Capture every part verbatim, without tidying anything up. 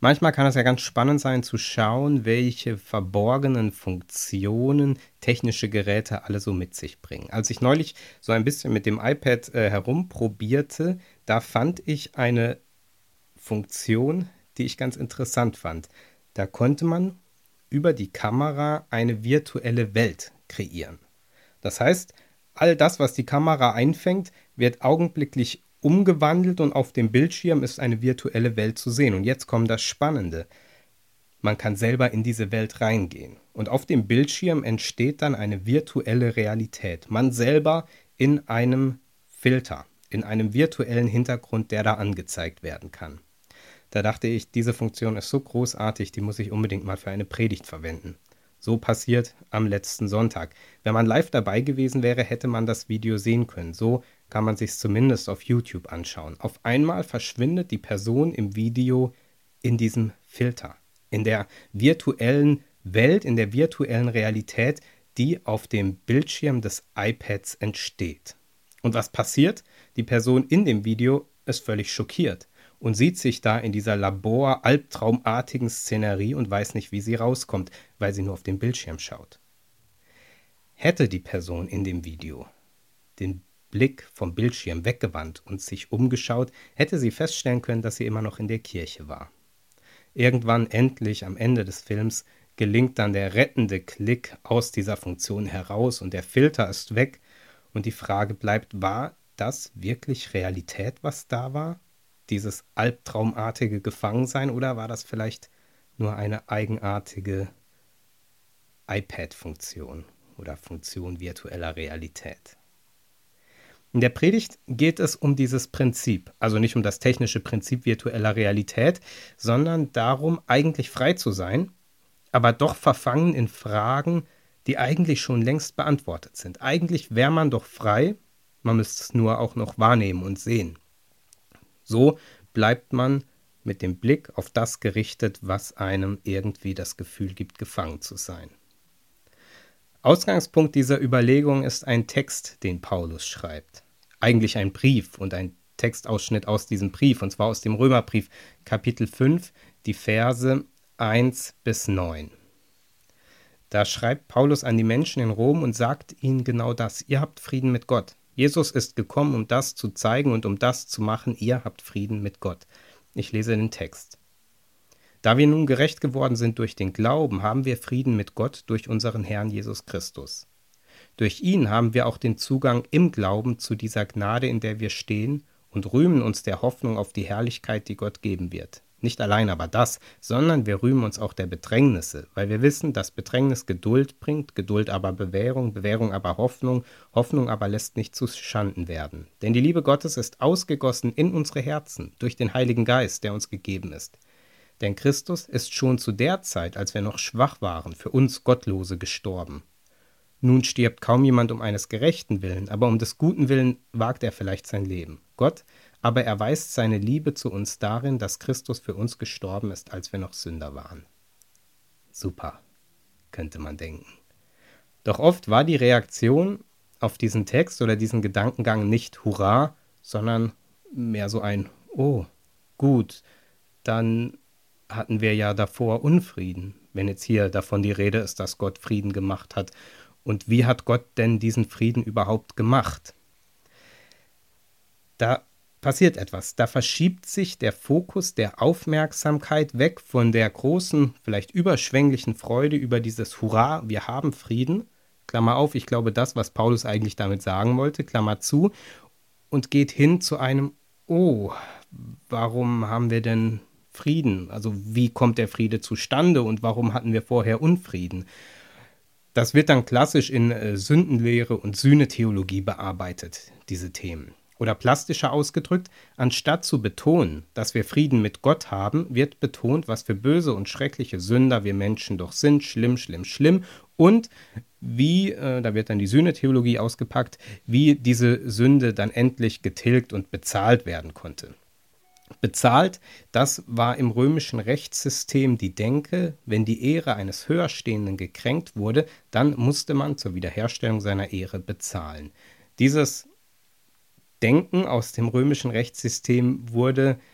Manchmal kann es ja ganz spannend sein zu schauen, welche verborgenen Funktionen technische Geräte alle so mit sich bringen. Als ich neulich so ein bisschen mit dem iPad äh, herumprobierte, da fand ich eine Funktion, die ich ganz interessant fand. Da konnte man über die Kamera eine virtuelle Welt kreieren. Das heißt, all das, was die Kamera einfängt, wird augenblicklich umgewandelt und auf dem Bildschirm ist eine virtuelle Welt zu sehen. Und jetzt kommt das Spannende. Man kann selber in diese Welt reingehen. Und auf dem Bildschirm entsteht dann eine virtuelle Realität. Man selber in einem Filter, in einem virtuellen Hintergrund, der da angezeigt werden kann. Da dachte ich, diese Funktion ist so großartig, die muss ich unbedingt mal für eine Predigt verwenden. So passiert am letzten Sonntag. Wenn man live dabei gewesen wäre, hätte man das Video sehen können. So kann man sich zumindest auf YouTube anschauen. Auf einmal verschwindet die Person im Video in diesem Filter, in der virtuellen Welt, in der virtuellen Realität, die auf dem Bildschirm des iPads entsteht. Und was passiert? Die Person in dem Video ist völlig schockiert und sieht sich da in dieser Labor-albtraumartigen Szenerie und weiß nicht, wie sie rauskommt, weil sie nur auf den Bildschirm schaut. Hätte die Person in dem Video den Blick vom Bildschirm weggewandt und sich umgeschaut, hätte sie feststellen können, dass sie immer noch in der Kirche war. Irgendwann endlich am Ende des Films gelingt dann der rettende Klick aus dieser Funktion heraus und der Filter ist weg und die Frage bleibt, war das wirklich Realität, was da war? Dieses albtraumartige Gefangensein oder war das vielleicht nur eine eigenartige iPad-Funktion oder Funktion virtueller Realität? In der Predigt geht es um dieses Prinzip, also nicht um das technische Prinzip virtueller Realität, sondern darum, eigentlich frei zu sein, aber doch verfangen in Fragen, die eigentlich schon längst beantwortet sind. Eigentlich wäre man doch frei, man müsste es nur auch noch wahrnehmen und sehen. So bleibt man mit dem Blick auf das gerichtet, was einem irgendwie das Gefühl gibt, gefangen zu sein. Ausgangspunkt dieser Überlegung ist ein Text, den Paulus schreibt. Eigentlich ein Brief und ein Textausschnitt aus diesem Brief, und zwar aus dem Römerbrief, Kapitel fünf, die Verse eins bis neun. Da schreibt Paulus an die Menschen in Rom und sagt ihnen genau das: Ihr habt Frieden mit Gott. Jesus ist gekommen, um das zu zeigen und um das zu machen, ihr habt Frieden mit Gott. Ich lese den Text. Da wir nun gerecht geworden sind durch den Glauben, haben wir Frieden mit Gott durch unseren Herrn Jesus Christus. Durch ihn haben wir auch den Zugang im Glauben zu dieser Gnade, in der wir stehen, und rühmen uns der Hoffnung auf die Herrlichkeit, die Gott geben wird. Nicht allein aber das, sondern wir rühmen uns auch der Bedrängnisse, weil wir wissen, dass Bedrängnis Geduld bringt, Geduld aber Bewährung, Bewährung aber Hoffnung, Hoffnung aber lässt nicht zu Schanden werden. Denn die Liebe Gottes ist ausgegossen in unsere Herzen durch den Heiligen Geist, der uns gegeben ist. Denn Christus ist schon zu der Zeit, als wir noch schwach waren, für uns Gottlose gestorben. Nun stirbt kaum jemand um eines gerechten Willen, aber um des guten Willen wagt er vielleicht sein Leben. Gott aber erweist seine Liebe zu uns darin, dass Christus für uns gestorben ist, als wir noch Sünder waren. Super, könnte man denken. Doch oft war die Reaktion auf diesen Text oder diesen Gedankengang nicht Hurra, sondern mehr so ein Oh, gut, dann hatten wir ja davor Unfrieden, wenn jetzt hier davon die Rede ist, dass Gott Frieden gemacht hat. Und wie hat Gott denn diesen Frieden überhaupt gemacht? Da passiert etwas. Da verschiebt sich der Fokus der Aufmerksamkeit weg von der großen, vielleicht überschwänglichen Freude über dieses Hurra, wir haben Frieden, Klammer auf, ich glaube das, was Paulus eigentlich damit sagen wollte, Klammer zu, und geht hin zu einem Oh, warum haben wir denn Frieden? Also wie kommt der Friede zustande und warum hatten wir vorher Unfrieden? Das wird dann klassisch in äh, Sündenlehre und Sühnetheologie bearbeitet, diese Themen. Oder plastischer ausgedrückt, anstatt zu betonen, dass wir Frieden mit Gott haben, wird betont, was für böse und schreckliche Sünder wir Menschen doch sind, schlimm, schlimm, schlimm. Und wie, äh, da wird dann die Sühnetheologie ausgepackt, wie diese Sünde dann endlich getilgt und bezahlt werden konnte. Bezahlt, das war im römischen Rechtssystem die Denke, wenn die Ehre eines Höherstehenden gekränkt wurde, dann musste man zur Wiederherstellung seiner Ehre bezahlen. Dieses Denken aus dem römischen Rechtssystem wurde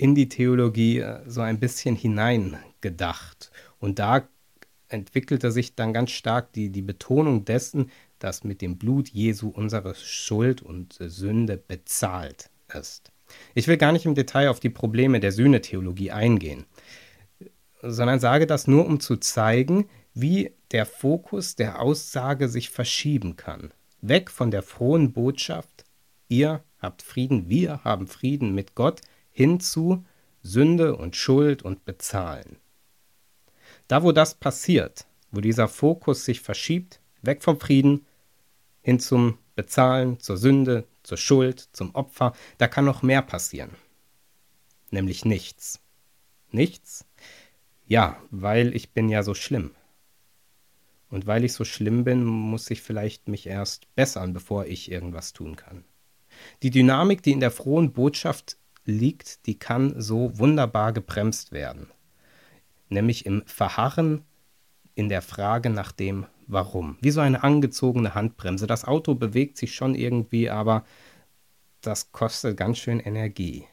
in die Theologie äh, so ein bisschen hineingedacht. Und da entwickelte sich dann ganz stark die, die Betonung dessen, dass mit dem Blut Jesu unsere Schuld und äh, Sünde bezahlt ist. Ich will gar nicht im Detail auf die Probleme der Sühnetheologie eingehen, sondern sage das nur, um zu zeigen, wie der Fokus der Aussage sich verschieben kann. Weg von der frohen Botschaft, ihr habt Frieden, wir haben Frieden mit Gott, hin zu Sünde und Schuld und Bezahlen. Da, wo das passiert, wo dieser Fokus sich verschiebt, weg vom Frieden, hin zum Bezahlen, zur Sünde, zur Schuld, zum Opfer, da kann noch mehr passieren. Nämlich nichts. Nichts? Ja, weil ich bin ja so schlimm. Und weil ich so schlimm bin, muss ich vielleicht mich erst bessern, bevor ich irgendwas tun kann. Die Dynamik, die in der frohen Botschaft liegt, die kann so wunderbar gebremst werden. Nämlich im Verharren in der Frage nach dem Warum. Wie so eine angezogene Handbremse. Das Auto bewegt sich schon irgendwie, aber das kostet ganz schön Energie.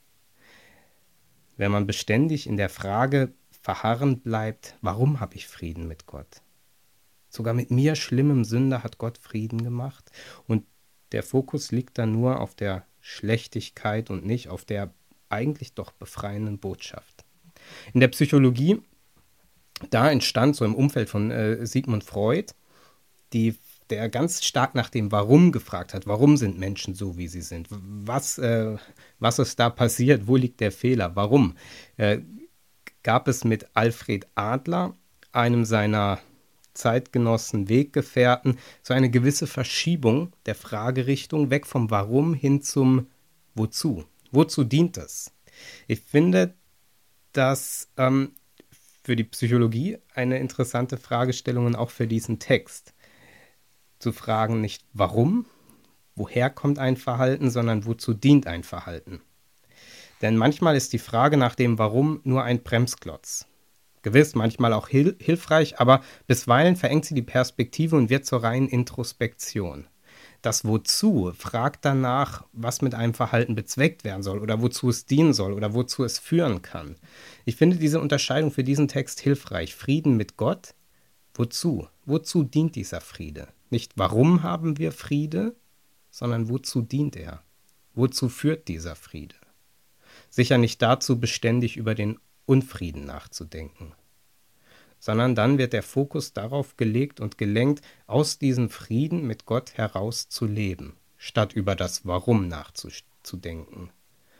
Wenn man beständig in der Frage verharren bleibt, warum habe ich Frieden mit Gott? Sogar mit mir, schlimmem Sünder, hat Gott Frieden gemacht. Und der Fokus liegt dann nur auf der Schlechtigkeit und nicht auf der eigentlich doch befreienden Botschaft. In der Psychologie, da entstand so im Umfeld von äh, Sigmund Freud, die, der ganz stark nach dem Warum gefragt hat. Warum sind Menschen so, wie sie sind? Was, äh, was ist da passiert? Wo liegt der Fehler? Warum? Äh, gab es mit Alfred Adler, einem seiner Zeitgenossen, Weggefährten, so eine gewisse Verschiebung der Fragerichtung weg vom Warum hin zum Wozu. Wozu dient es? Ich finde, dass ähm, für die Psychologie eine interessante Fragestellung und auch für diesen Text. Zu fragen nicht warum, woher kommt ein Verhalten, sondern wozu dient ein Verhalten. Denn manchmal ist die Frage nach dem Warum nur ein Bremsklotz. Gewiss, manchmal auch hil- hilfreich, aber bisweilen verengt sie die Perspektive und wird zur reinen Introspektion. Das Wozu fragt danach, was mit einem Verhalten bezweckt werden soll oder wozu es dienen soll oder wozu es führen kann. Ich finde diese Unterscheidung für diesen Text hilfreich. Frieden mit Gott, wozu? Wozu dient dieser Friede? Nicht warum haben wir Friede, sondern wozu dient er? Wozu führt dieser Friede? Sicher nicht dazu, beständig über den Unfrieden nachzudenken, sondern dann wird der Fokus darauf gelegt und gelenkt, aus diesem Frieden mit Gott heraus zu leben, statt über das Warum nachzudenken.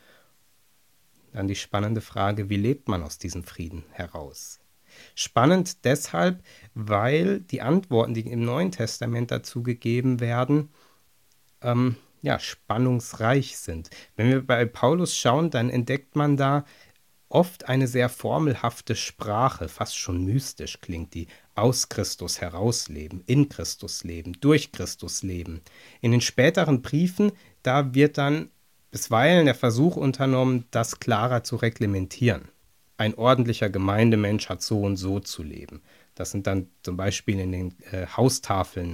Dann die spannende Frage, wie lebt man aus diesem Frieden heraus? Spannend deshalb, weil die Antworten, die im Neuen Testament dazu gegeben werden, ähm, ja, spannungsreich sind. Wenn wir bei Paulus schauen, dann entdeckt man da oft eine sehr formelhafte Sprache, fast schon mystisch klingt die, aus Christus herausleben, in Christus leben, durch Christus leben. In den späteren Briefen, da wird dann bisweilen der Versuch unternommen, das klarer zu reglementieren. Ein ordentlicher Gemeindemensch hat so und so zu leben. Das sind dann zum Beispiel in den äh, Haustafeln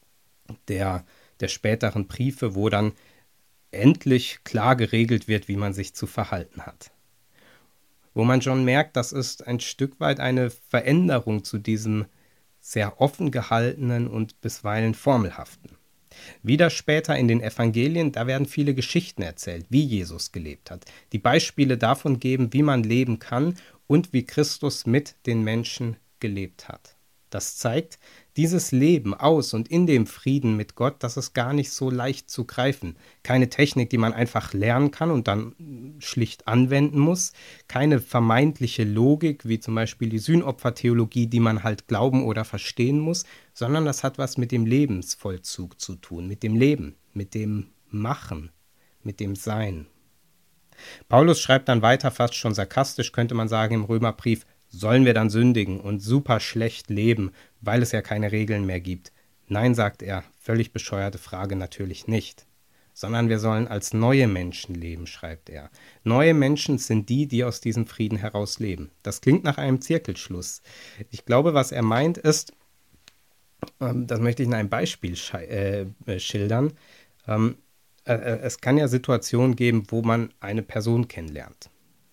der, der späteren Briefe, wo dann endlich klar geregelt wird, wie man sich zu verhalten hat. Wo man schon merkt, das ist ein Stück weit eine Veränderung zu diesem sehr offen gehaltenen und bisweilen formelhaften. Wieder später in den Evangelien, da werden viele Geschichten erzählt, wie Jesus gelebt hat, die Beispiele davon geben, wie man leben kann und wie Christus mit den Menschen gelebt hat. Das zeigt, dieses Leben aus und in dem Frieden mit Gott, das ist gar nicht so leicht zu greifen. Keine Technik, die man einfach lernen kann und dann schlicht anwenden muss. Keine vermeintliche Logik, wie zum Beispiel die Sühnopfertheologie, die man halt glauben oder verstehen muss, sondern das hat was mit dem Lebensvollzug zu tun, mit dem Leben, mit dem Machen, mit dem Sein. Paulus schreibt dann weiter, fast schon sarkastisch, könnte man sagen, im Römerbrief: Sollen wir dann sündigen und super schlecht leben, weil es ja keine Regeln mehr gibt? Nein, sagt er, völlig bescheuerte Frage, natürlich nicht. Sondern wir sollen als neue Menschen leben, schreibt er. Neue Menschen sind die, die aus diesem Frieden heraus leben. Das klingt nach einem Zirkelschluss. Ich glaube, was er meint ist, ähm, das möchte ich in einem Beispiel äh, schildern, ähm, äh, es kann ja Situationen geben, wo man eine Person kennenlernt.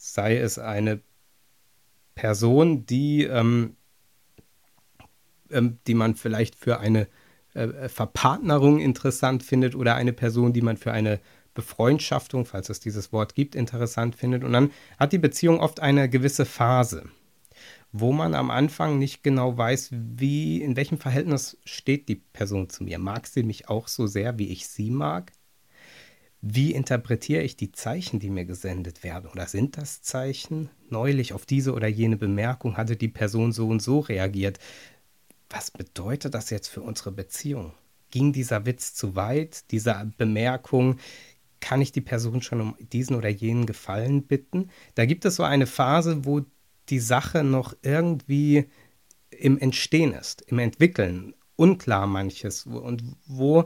sei es eine Person, die, ähm, ähm, die man vielleicht für eine äh, Verpartnerung interessant findet oder eine Person, die man für eine Befreundschaftung, falls es dieses Wort gibt, interessant findet. Und dann hat die Beziehung oft eine gewisse Phase, wo man am Anfang nicht genau weiß, wie, in welchem Verhältnis steht die Person zu mir. Mag sie mich auch so sehr, wie ich sie mag? Wie interpretiere ich die Zeichen, die mir gesendet werden? Oder sind das Zeichen? Neulich auf diese oder jene Bemerkung hatte die Person so und so reagiert. Was bedeutet das jetzt für unsere Beziehung? Ging dieser Witz zu weit? Diese Bemerkung, kann ich die Person schon um diesen oder jenen Gefallen bitten? Da gibt es so eine Phase, wo die Sache noch irgendwie im Entstehen ist, im Entwickeln, unklar manches und wo,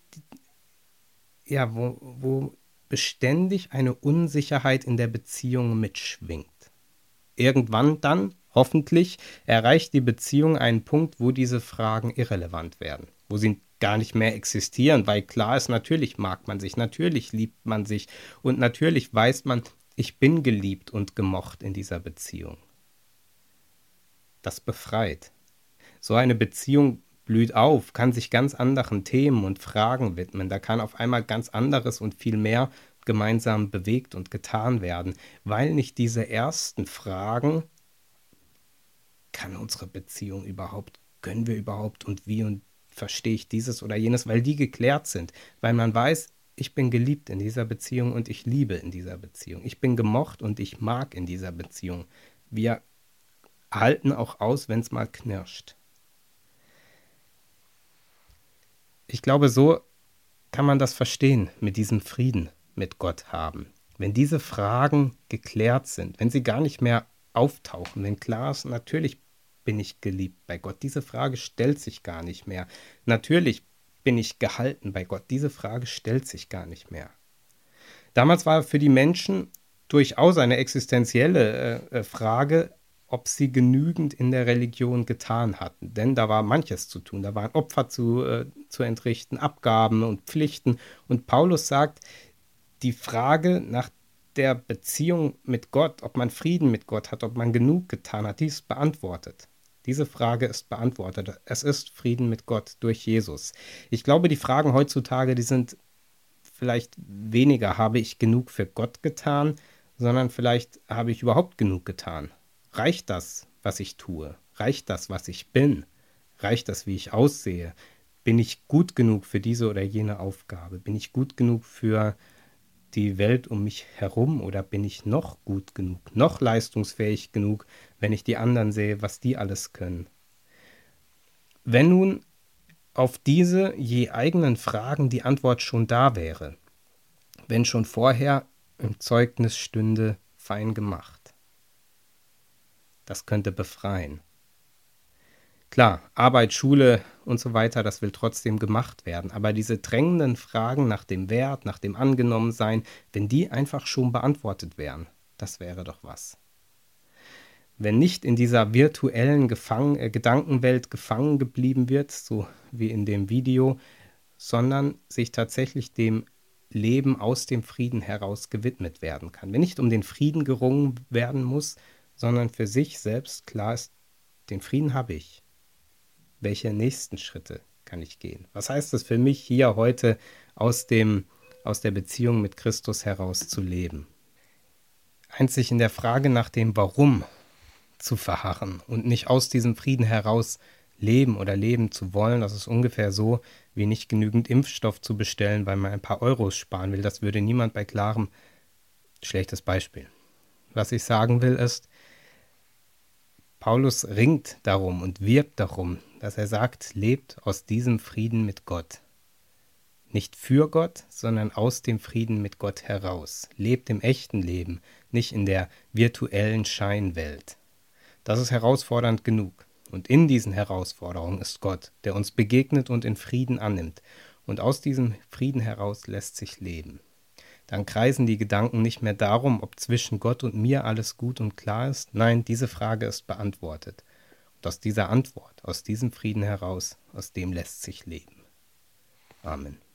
ja, wo, wo beständig eine Unsicherheit in der Beziehung mitschwingt. Irgendwann dann, hoffentlich, erreicht die Beziehung einen Punkt, wo diese Fragen irrelevant werden, wo sie gar nicht mehr existieren, weil klar ist, natürlich mag man sich, natürlich liebt man sich und natürlich weiß man, ich bin geliebt und gemocht in dieser Beziehung. Das befreit. So eine Beziehung blüht auf, kann sich ganz anderen Themen und Fragen widmen. Da kann auf einmal ganz anderes und viel mehr gemeinsam bewegt und getan werden, weil nicht diese ersten Fragen, kann unsere Beziehung überhaupt, können wir überhaupt und wie und verstehe ich dieses oder jenes, weil die geklärt sind, weil man weiß, ich bin geliebt in dieser Beziehung und ich liebe in dieser Beziehung. Ich bin gemocht und ich mag in dieser Beziehung. Wir halten auch aus, wenn es mal knirscht. Ich glaube, so kann man das verstehen, mit diesem Frieden mit Gott haben. Wenn diese Fragen geklärt sind, wenn sie gar nicht mehr auftauchen, wenn klar ist, natürlich bin ich geliebt bei Gott, diese Frage stellt sich gar nicht mehr. Natürlich bin ich gehalten bei Gott, diese Frage stellt sich gar nicht mehr. Damals war für die Menschen durchaus eine existenzielle äh, Frage, ob sie genügend in der Religion getan hatten. Denn da war manches zu tun. Da waren Opfer zu, äh, zu entrichten, Abgaben und Pflichten. Und Paulus sagt, die Frage nach der Beziehung mit Gott, ob man Frieden mit Gott hat, ob man genug getan hat, die ist beantwortet. Diese Frage ist beantwortet. Es ist Frieden mit Gott durch Jesus. Ich glaube, die Fragen heutzutage, die sind vielleicht weniger, habe ich genug für Gott getan, sondern vielleicht habe ich überhaupt genug getan. Reicht das, was ich tue? Reicht das, was ich bin? Reicht das, wie ich aussehe? Bin ich gut genug für diese oder jene Aufgabe? Bin ich gut genug für die Welt um mich herum oder bin ich noch gut genug, noch leistungsfähig genug, wenn ich die anderen sehe, was die alles können? Wenn nun auf diese je eigenen Fragen die Antwort schon da wäre, wenn schon vorher im Zeugnis stünde, fein gemacht. Das könnte befreien. Klar, Arbeit, Schule und so weiter, das will trotzdem gemacht werden. Aber diese drängenden Fragen nach dem Wert, nach dem Angenommensein, wenn die einfach schon beantwortet wären, das wäre doch was. Wenn nicht in dieser virtuellen Gefang- äh, Gedankenwelt gefangen geblieben wird, so wie in dem Video, sondern sich tatsächlich dem Leben aus dem Frieden heraus gewidmet werden kann. Wenn nicht um den Frieden gerungen werden muss, sondern für sich selbst klar ist, den Frieden habe ich. Welche nächsten Schritte kann ich gehen? Was heißt es für mich hier heute aus dem, aus der Beziehung mit Christus heraus zu leben? Einzig in der Frage nach dem Warum zu verharren und nicht aus diesem Frieden heraus leben oder leben zu wollen. Das ist ungefähr so, wie nicht genügend Impfstoff zu bestellen, weil man ein paar Euros sparen will. Das würde niemand bei klarem, schlechtes Beispiel. Was ich sagen will ist, Paulus ringt darum und wirbt darum, dass er sagt, lebt aus diesem Frieden mit Gott. Nicht für Gott, sondern aus dem Frieden mit Gott heraus. Lebt im echten Leben, nicht in der virtuellen Scheinwelt. Das ist herausfordernd genug. Und in diesen Herausforderungen ist Gott, der uns begegnet und in Frieden annimmt. Und aus diesem Frieden heraus lässt sich leben. Dann kreisen die Gedanken nicht mehr darum, ob zwischen Gott und mir alles gut und klar ist. Nein, diese Frage ist beantwortet. Und aus dieser Antwort, aus diesem Frieden heraus, aus dem lässt sich leben. Amen.